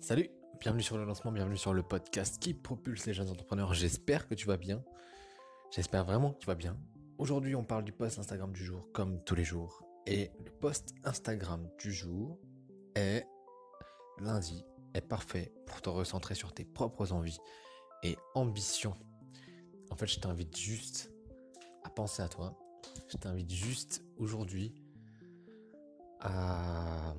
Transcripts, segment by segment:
Salut, bienvenue sur le lancement, bienvenue sur le podcast qui propulse les jeunes entrepreneurs. J'espère que tu vas bien. J'espère vraiment que tu vas bien. Aujourd'hui, on parle du post Instagram du jour, comme tous les jours. Et le post Instagram du jour est lundi, est parfait pour te recentrer sur tes propres envies et ambitions. En fait, je t'invite juste à penser à toi. Je t'invite juste aujourd'hui à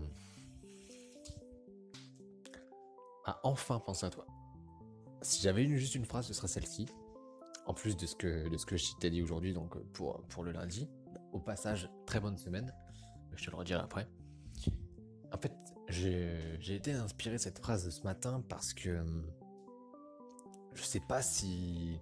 enfin penser à toi. Si j'avais juste une phrase, ce serait celle-ci. En plus de ce que je t'ai dit aujourd'hui, donc pour le lundi. Au passage, très bonne semaine. Je te le redirai après. En fait, j'ai été inspiré de cette phrase de ce matin parce que je sais pas si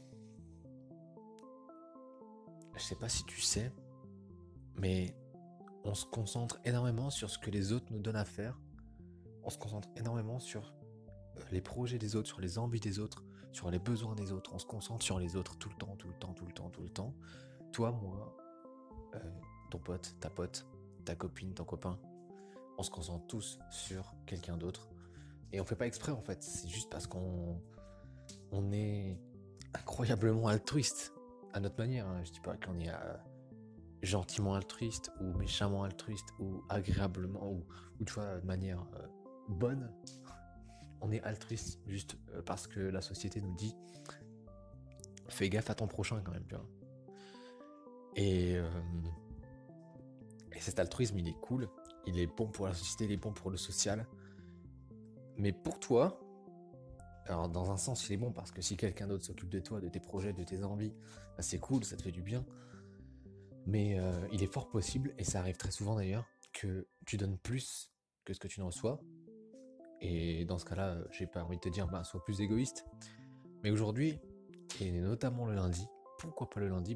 je sais pas si tu sais, mais on se concentre énormément sur ce que les autres nous donnent à faire. On se concentre énormément sur les projets des autres, sur les envies des autres, sur les besoins des autres. On se concentre sur les autres tout le temps, tout le temps, tout le temps, tout le temps. Toi, moi, euh, ton pote, ta copine, ton copain. On se concentre tous sur quelqu'un d'autre. Et on fait pas exprès en fait. C'est juste parce qu'on est incroyablement altruiste à notre manière. Hein. Je dis pas qu'on est gentiment altruiste ou méchamment altruiste ou agréablement ou tu vois de manière bonne. On est altruiste juste parce que la société nous dit fais gaffe à ton prochain quand même, tu vois. Et, euh, et cet altruisme, il est cool, il est bon pour la société, il est bon pour le social. Mais pour toi, alors dans un sens, il est bon parce que si quelqu'un d'autre s'occupe de toi, de tes projets, de tes envies, bah, c'est cool, ça te fait du bien. Mais il est fort possible, et ça arrive très souvent d'ailleurs, que tu donnes plus que ce que tu ne reçois. Et dans ce cas-là, j'ai pas envie de te dire, bah, sois plus égoïste. Mais aujourd'hui, et notamment le lundi, pourquoi pas le lundi?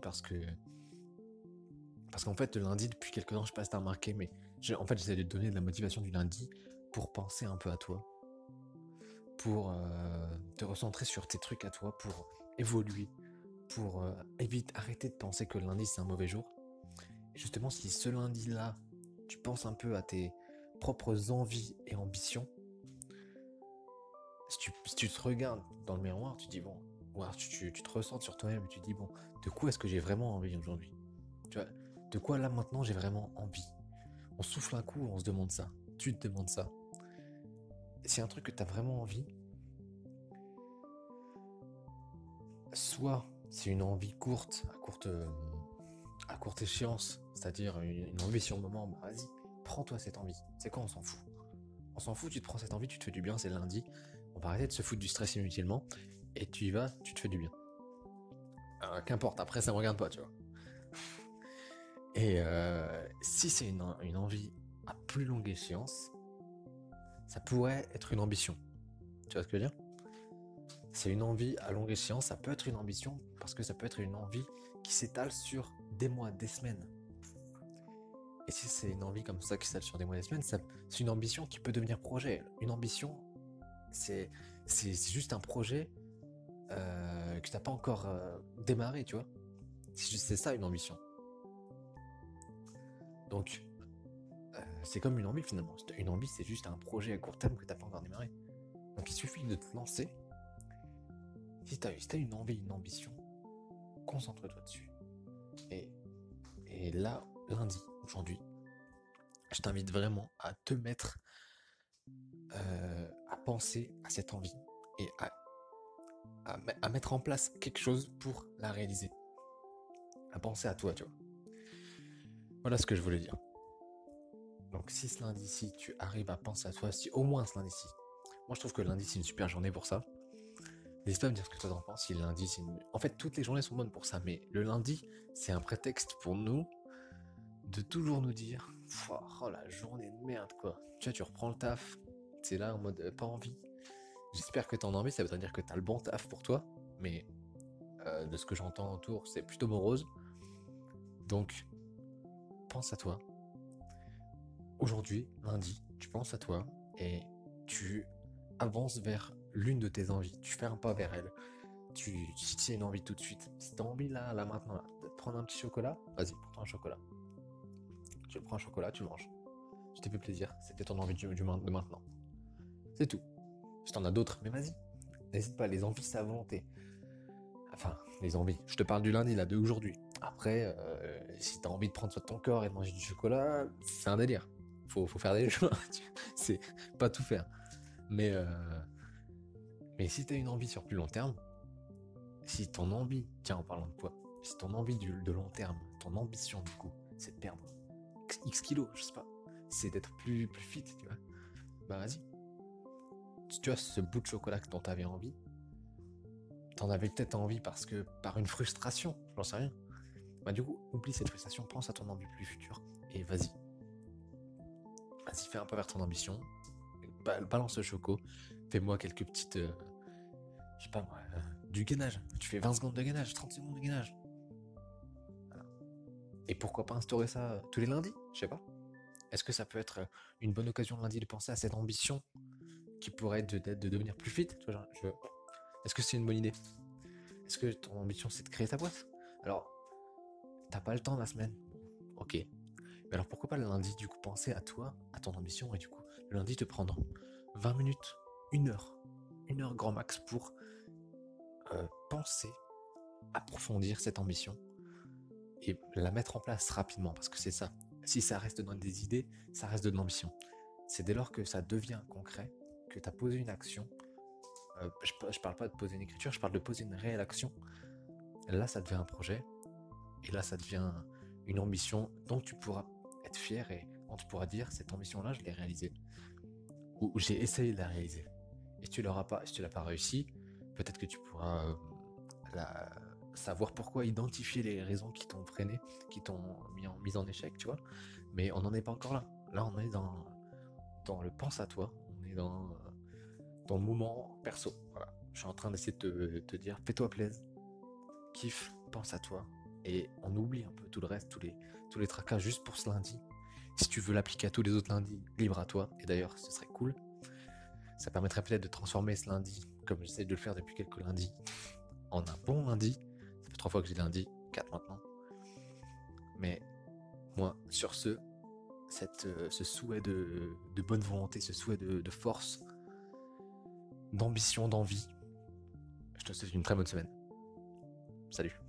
Parce qu'en fait, le lundi, depuis quelques temps, je sais pas si t'as remarqué, mais en fait, j'essaie de te donner de la motivation du lundi pour penser un peu à toi, pour te recentrer sur tes trucs à toi, pour évoluer, pour arrêter de penser que le lundi c'est un mauvais jour. Et justement, si ce lundi-là, tu penses un peu à tes propres envies et ambitions, si tu te regardes dans le miroir, tu dis bon, ou alors tu te ressens sur toi-même et tu dis bon, de quoi est-ce que j'ai vraiment envie aujourd'hui? Tu vois, de quoi là maintenant j'ai vraiment envie? On souffle un coup, on se demande ça. Tu te demandes ça. C'est un truc que tu as vraiment envie. Soit c'est une envie courte, à courte échéance, c'est-à-dire une envie sur le moment, bah vas-y, prends-toi cette envie. C'est quoi, on s'en fout. On s'en fout, tu te prends cette envie, tu te fais du bien, c'est lundi. On va arrêter de se foutre du stress inutilement, et tu y vas, tu te fais du bien. Qu'importe, après ça me regarde pas, tu vois. Et si c'est une envie à plus longue échéance, ça pourrait être une ambition. Tu vois ce que je veux dire? C'est une envie à longue échéance, ça peut être une ambition, parce que ça peut être une envie qui s'étale sur des mois, des semaines. Et si c'est une envie comme ça qui s'étale sur des mois, des semaines, c'est une ambition qui peut devenir projet. Une ambition, c'est juste un projet que t'as pas encore démarré, tu vois. C'est ça une ambition. Donc, c'est comme une envie finalement. Une envie, c'est juste un projet à court terme que t'as pas encore démarré. Donc, il suffit de te lancer. Si t'as une envie, une ambition, concentre-toi dessus. Et, et là, lundi, aujourd'hui, je t'invite vraiment à te mettre à penser à cette envie et à mettre en place quelque chose pour la réaliser. À penser à toi, tu vois. Voilà ce que je voulais dire. Donc si ce lundi-ci, tu arrives à penser à toi, si au moins ce lundi-ci, moi je trouve que le lundi c'est une super journée pour ça. N'hésite pas à me dire ce que toi t'en penses, si le lundi c'est une... En fait, toutes les journées sont bonnes pour ça, mais le lundi, c'est un prétexte pour nous de toujours nous dire oh la journée de merde quoi. Tu vois, tu reprends le taf, c'est là en mode pas envie. J'espère que t'en as envie, ça veut pas dire que t'as le bon taf pour toi, mais de ce que j'entends autour, c'est plutôt morose. Donc, pense à toi. Aujourd'hui, lundi, tu penses à toi et tu avances vers l'une de tes envies. Tu fais un pas vers elle. Si tu as une envie tout de suite, si tu as envie là maintenant, là, de te prendre un petit chocolat, vas-y, prends un chocolat. Tu prends un chocolat, tu le manges. Tu t'es fait plaisir, c'était ton envie de maintenant. C'est tout. Si t'en as d'autres, mais vas-y. N'hésite pas, les envies, c'est à volonté. Enfin, les envies. Je te parle du lundi, là, de aujourd'hui. Après, si t'as envie de prendre soin de ton corps et de manger du chocolat, c'est un délire. Faut faire des choix. C'est pas tout faire. Mais, euh, mais si t'as une envie sur plus long terme, si ton envie, tiens, en parlant de poids, si ton envie de long terme, ton ambition du coup, c'est de perdre X kilos, je sais pas, c'est d'être plus fit, tu vois, bah vas-y. Si tu as ce bout de chocolat dont t'avais envie, t'en avais peut-être envie parce que par une frustration, j'en sais rien. Bah du coup, oublie cette frustration, pense à ton envie plus future et vas-y. Vas-y, fais un pas vers ton ambition, balance le choco, fais-moi quelques petites, je sais pas moi, du gainage. Tu fais 20 secondes de gainage, 30 secondes de gainage. Et pourquoi pas instaurer ça tous les lundis? Je sais pas. Est-ce que ça peut être une bonne occasion le lundi de penser à cette ambition qui pourrait être de devenir plus fit? Est-ce que c'est une bonne idée? Est-ce que ton ambition c'est de créer ta boîte? Alors, t'as pas le temps la semaine. Ok. Mais alors pourquoi pas le lundi du coup penser à toi, à ton ambition et du coup le lundi te prendre 20 minutes, 1 heure, 1 heure grand max pour penser, approfondir cette ambition et la mettre en place rapidement parce que c'est ça. Si ça reste dans des idées, ça reste de l'ambition. C'est dès lors que ça devient concret, que tu as posé une action, je parle pas de poser une écriture, je parle de poser une réelle action, là ça devient un projet, et là ça devient une ambition dont tu pourras être fier et dont tu pourras dire cette ambition-là je l'ai réalisée, ou j'ai essayé de la réaliser. Et si tu l'auras pas, si tu l'as pas réussi, peut-être que tu pourras la, savoir pourquoi, identifier les raisons qui t'ont freiné, qui t'ont mis en échec, tu vois. Mais on n'en est pas encore là. Là, on est dans le pense à toi, on est dans le moment perso. Voilà. Je suis en train d'essayer de te dire, fais-toi plaisir, kiffe, pense à toi, et on oublie un peu tout le reste, tous les tracas juste pour ce lundi. Si tu veux l'appliquer à tous les autres lundis, libre à toi. Et d'ailleurs, ce serait cool. Ça permettrait peut-être de transformer ce lundi, comme j'essaie de le faire depuis quelques lundis, en un bon lundi. Ça fait 3 fois que j'ai lundi, 4 maintenant. Mais moi, sur ce souhait de bonne volonté, ce souhait de force, d'ambition, d'envie, je te souhaite une très bonne semaine. Salut.